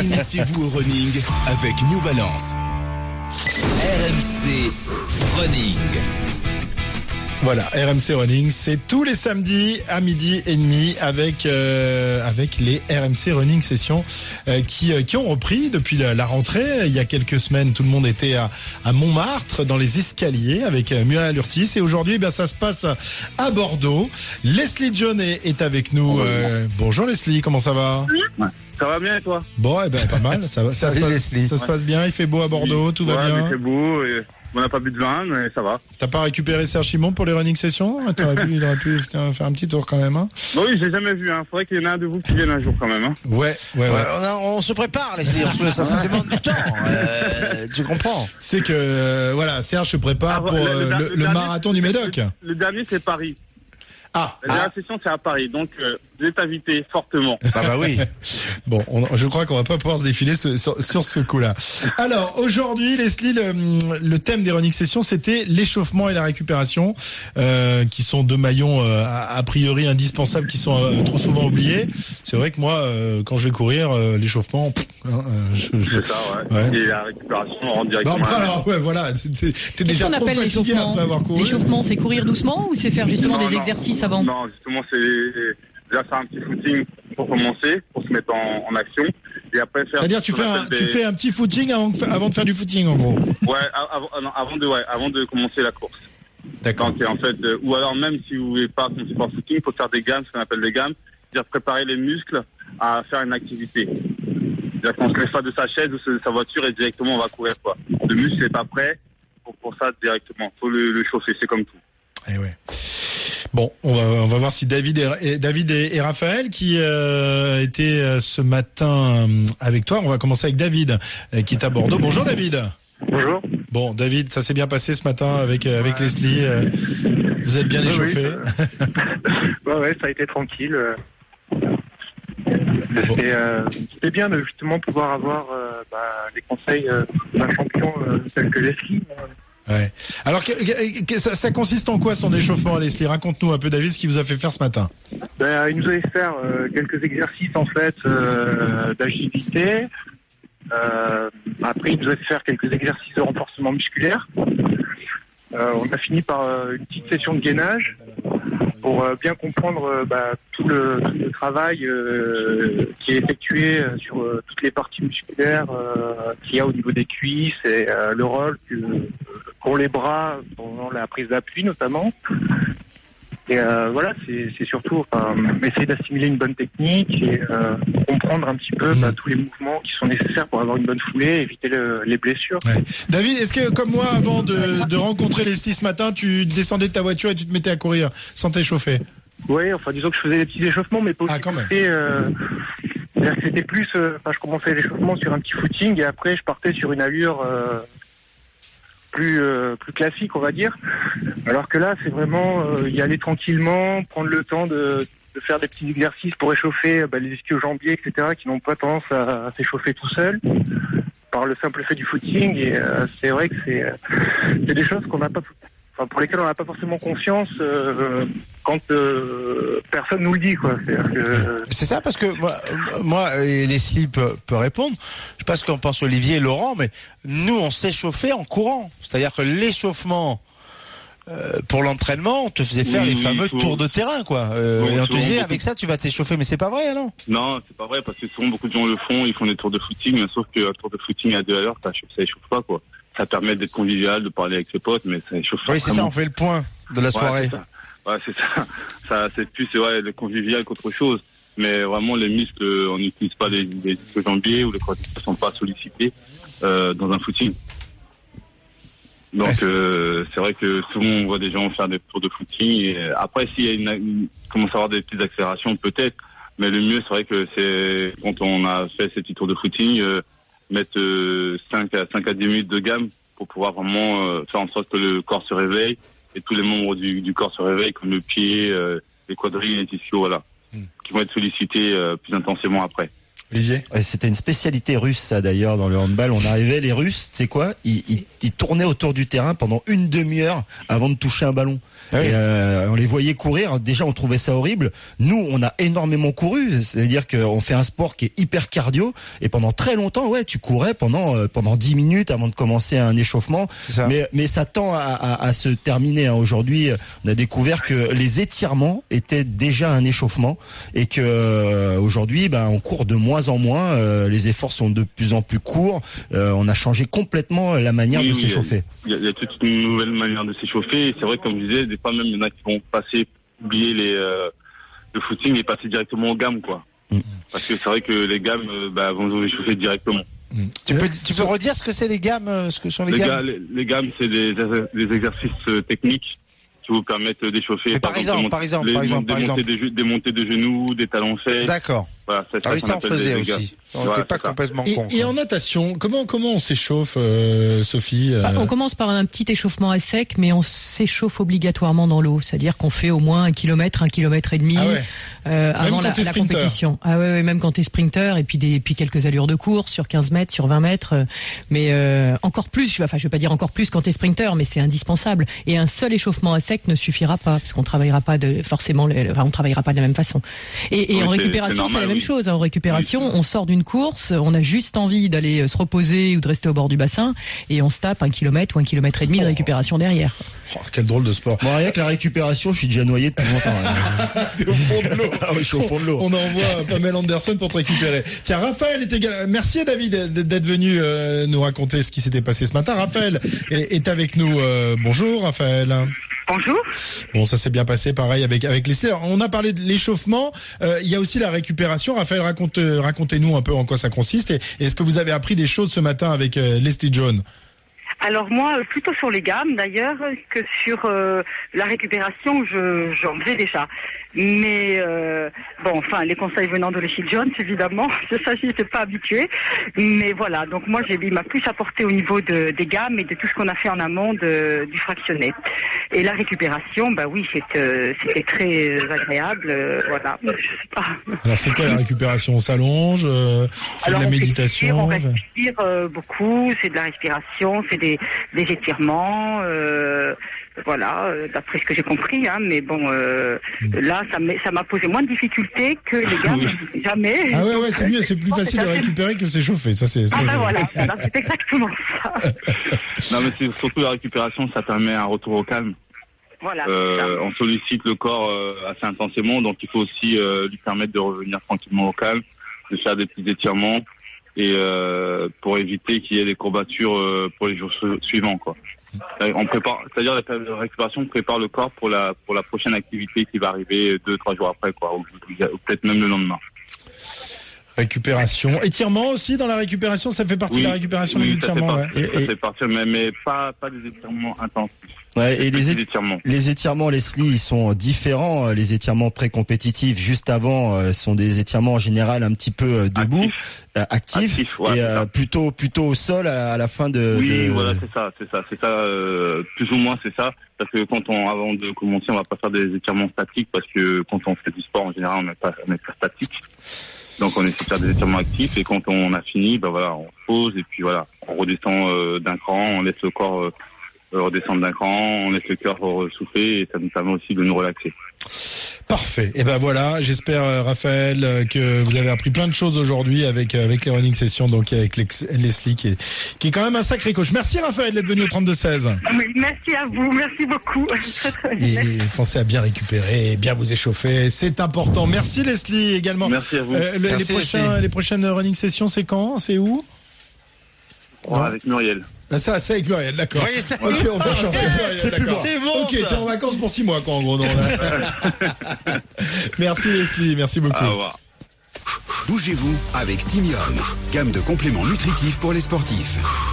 Initiez-vous au running avec New Balance. RMC Running. Voilà, RMC Running, c'est tous les samedis à 12h30 avec les RMC Running Sessions qui ont repris depuis la rentrée. Il y a quelques semaines, tout le monde était à Montmartre, dans les escaliers, avec Muriel Urtis. Et aujourd'hui, ça se passe à Bordeaux. Leslie John est avec nous. Bonjour Leslie, comment ça va ? Ouais. Ça va bien et toi ? Bon, pas mal. Ça se passe bien, il fait beau à Bordeaux, tout va bien. Il fait beau et on n'a pas bu de vin, mais ça va. T'as pas récupéré Serge Simon pour les running sessions ? Il aurait pu faire un petit tour quand même. Hein. Bon, oui, j'ai jamais vu. Faudrait qu'il y en ait un de vous qui vienne un jour quand même. Hein. Ouais. On se prépare, Leslie. Ça demande du temps. Tu comprends ? C'est que Serge se prépare pour le marathon du Médoc. Le dernier, c'est Paris. La dernière session, c'est à Paris, donc je vais t'inviter fortement. Bah oui. Bon, je crois qu'on va pas pouvoir se défiler sur ce coup-là. Alors, aujourd'hui, Leslie, le thème des running sessions, c'était l'échauffement et la récupération, qui sont deux maillons a priori indispensables, qui sont trop souvent oubliés. C'est vrai que moi, quand je vais courir, l'échauffement... C'est ça, ouais. Et la récupération, on rentre directement. T'es déjà trop fatigué après avoir couru. L'échauffement, c'est courir doucement ou c'est faire justement des exercices avant ? Non, justement, c'est déjà faire un petit footing pour commencer, pour se mettre en action. Et après faire... C'est-à-dire, tu fais un petit footing avant de faire du footing, en gros. Ouais, avant de commencer la course. D'accord. Donc, en fait, ou alors même si vous voulez pas commencer par le footing, il faut faire des gammes, ce qu'on appelle des gammes. C'est-à-dire préparer les muscles à faire une activité. C'est-à-dire qu'on se lève pas de sa chaise ou de sa voiture et directement on va courir, quoi. Le muscle n'est pas prêt pour ça directement. Faut le chauffer, c'est comme tout. Eh ouais. Bon, on va voir si David et Raphaël qui étaient ce matin avec toi. On va commencer avec David qui est à Bordeaux. Bonjour David. Bonjour. Bon David, ça s'est bien passé ce matin avec Leslie. Vous êtes bien échauffé. Oui. Ouais, ça a été tranquille. C'était bien de justement pouvoir avoir les conseils d'un champion tel que Leslie. Ouais. Alors ça consiste en quoi son échauffement, Leslie ? Raconte-nous un peu, David, ce qu'il vous a fait faire ce matin. Il nous avait fait faire quelques exercices en fait d'agilité. Après, il nous a fait faire quelques exercices de renforcement musculaire. On a fini par une petite session de gainage pour bien comprendre tout le travail qui est effectué sur toutes les parties musculaires qu'il y a au niveau des cuisses et le rôle qu'ont les bras pendant la prise d'appui notamment. Et c'est surtout essayer d'assimiler une bonne technique et comprendre un petit peu tous les mouvements qui sont nécessaires pour avoir une bonne foulée, éviter les blessures. Ouais. David, est-ce que comme moi, avant de rencontrer Leslie ce matin, tu descendais de ta voiture et tu te mettais à courir sans t'échauffer ? Oui, disons que je faisais des petits échauffements, mais pas aussi poussés. C'est-à-dire que c'était plus, je commençais l'échauffement sur un petit footing et après je partais sur une allure plus classique, on va dire. Alors que là, c'est vraiment y aller tranquillement, prendre le temps de faire des petits exercices pour échauffer les ischio-jambiers, etc., qui n'ont pas tendance à s'échauffer tout seuls par le simple fait du footing. Et c'est vrai que c'est des choses qu'on n'a pas, pour lesquelles on n'a pas forcément conscience quand personne nous le dit, quoi. C'est ça, parce que moi et Leslie peut répondre. Je sais pas ce qu'en pense Olivier et Laurent, mais nous on s'échauffait en courant. C'est-à-dire que l'échauffement pour l'entraînement, on te faisait faire les fameux tours de terrain, quoi. Et on te disait avec ça tu vas t'échauffer, mais c'est pas vrai, non ? Non, c'est pas vrai, parce que souvent beaucoup de gens le font, ils font des tours de footing, sauf qu'un tour de footing à 2 à l'heure, ça échauffe pas, quoi. Ça permet d'être convivial, de parler avec ses potes, mais ça échauffe pas. Oui, c'est ça, on fait le point de la soirée. C'est ça, c'est plus le convivial qu'autre chose. Mais vraiment, les muscles, on n'utilise pas les jambiers ou les quadriceps ne sont pas sollicités dans un footing. Donc c'est vrai que souvent on voit des gens faire des tours de footing. Et après, s'il y a commence à avoir des petites accélérations, peut-être. Mais le mieux, c'est vrai que c'est quand on a fait ces petits tours de footing, mettre 5 à 10 minutes de gamme pour pouvoir vraiment faire en sorte que le corps se réveille et tous les membres du corps se réveillent, comme le pied, les quadrilles, les ischios, qui vont être sollicités plus intensément après. Olivier ? C'était une spécialité russe, ça, d'ailleurs, dans le handball. On arrivait, les Russes, tu sais quoi ? Ils ils tournaient autour du terrain pendant une demi-heure avant de toucher un ballon. Ah oui. Et on les voyait courir. Déjà, on trouvait ça horrible. Nous, on a énormément couru. C'est-à-dire qu'on fait un sport qui est hyper cardio. Et pendant très longtemps, tu courais pendant 10 minutes avant de commencer un échauffement. C'est ça. Mais ça tend à se terminer. Aujourd'hui, on a découvert que les étirements étaient déjà un échauffement et que aujourd'hui, on court de moins en moins. Les efforts sont de plus en plus courts. On a changé complètement la manière de s'échauffer. Il y a toute une nouvelle manière de s'échauffer. Et c'est vrai, comme je disais, des fois même, il y en a qui vont oublier le footing et passer directement aux gammes, quoi. Parce que c'est vrai que les gammes, vont nous échauffer directement. Tu peux redire ce que c'est les gammes, ce que sont les gammes? Les gammes, c'est des exercices techniques qui vous permettent d'échauffer. Mais par exemple. Des montées de genoux, des talons faits. D'accord. Voilà, ça on faisait aussi. On n'était pas complètement con. Et en natation, comment on s'échauffe, Sophie? On commence par un petit échauffement à sec, mais on s'échauffe obligatoirement dans l'eau. C'est-à-dire qu'on fait au moins 1 kilomètre et demi avant la compétition. Ah ouais, même quand t'es sprinter et puis quelques allures de course sur 15 mètres, sur 20 mètres. Mais encore plus, je vais pas dire encore plus quand t'es sprinter, mais c'est indispensable. Et un seul échauffement à sec ne suffira pas, parce qu'on travaillera pas on travaillera pas de la même façon. Et en récupération, c'est la même chose. En récupération, on sort d'une course, on a juste envie d'aller se reposer ou de rester au bord du bassin, et on se tape 1 kilomètre ou 1 kilomètre et demi de récupération derrière. Oh, quel drôle de sport. Bon, rien que la récupération, je suis déjà noyé depuis longtemps. T'es au fond de l'eau. Ah oui, je suis au fond de l'eau. On envoie Pamela Anderson pour te récupérer. Tiens, Raphaël est également. Merci à David d'être venu nous raconter ce qui s'était passé ce matin. Raphaël est avec nous. Bonjour, Raphaël. Bonjour. Bon, ça s'est bien passé, pareil avec les. On a parlé de l'échauffement. Il y a aussi la récupération. Raphaël, racontez-nous un peu en quoi ça consiste. Et est-ce que vous avez appris des choses ce matin avec Leslie Jones? Alors moi, plutôt sur les gammes d'ailleurs que sur la récupération, j'en faisais déjà. Mais les conseils venant de Leslie Jones, évidemment, ça j'y étais pas habituée. Mais voilà, donc moi il m'a plus apporté au niveau des gammes et de tout ce qu'on a fait en amont du fractionné. Et la récupération, c'était très agréable. Voilà, je sais pas. Alors c'est quoi la récupération? On s'allonge, c'est de la méditation. On respire beaucoup, c'est de la respiration, c'est des étirements. D'après ce que j'ai compris, mais bon, là, ça m'a posé moins de difficultés que les gammes, jamais. Ah ouais, c'est mieux, c'est plus facile de récupérer que s'échauffer, ça c'est. C'est exactement ça. Non, mais c'est surtout la récupération, ça permet un retour au calme. Voilà. On sollicite le corps assez intensément, donc il faut aussi lui permettre de revenir tranquillement au calme, de faire des petits étirements et pour éviter qu'il y ait des courbatures pour les jours suivants, quoi. On prépare, c'est-à-dire la récupération prépare le corps pour la prochaine activité qui va arriver 2-3 jours après, quoi, ou peut-être même le lendemain. Récupération, étirement aussi dans la récupération, ça fait partie de la récupération des étirements. Ça fait partie, mais pas des étirements intensifs. Ouais, et les étirements, Leslie, ils sont différents. Les étirements pré-compétitifs, juste avant, sont des étirements en général un petit peu debout, actifs ouais, et plutôt au sol à la fin de. Oui, voilà, c'est ça, plus ou moins c'est ça. Parce que avant de commencer, on va pas faire des étirements statiques parce que quand on fait du sport en général, on n'est pas statique. Donc on essaie de faire des étirements actifs et quand on a fini, on pose et puis voilà, on redescend d'un cran, on laisse le corps redescendre d'un cran, on laisse le cœur souffler et ça nous permet aussi de nous relaxer. Parfait. Et voilà, j'espère Raphaël que vous avez appris plein de choses aujourd'hui avec les running sessions, donc avec Leslie qui est quand même un sacré coach. Merci Raphaël d'être venu au 32-16. Oui, merci à vous, merci beaucoup. Et pensez à bien récupérer, bien vous échauffer, c'est important. Merci Leslie également. Merci à vous. Les prochaines running sessions, c'est quand? C'est où? Avec Muriel. Ça, c'est avec Muriel, d'accord. Oui, ça ok, on va changer avec Muriel, d'accord. C'est bon. Ok, t'es en vacances pour 6 mois, quoi, en gros. Non, merci Leslie, merci beaucoup. Au revoir. Bougez-vous avec Stimium, gamme de compléments nutritifs pour les sportifs.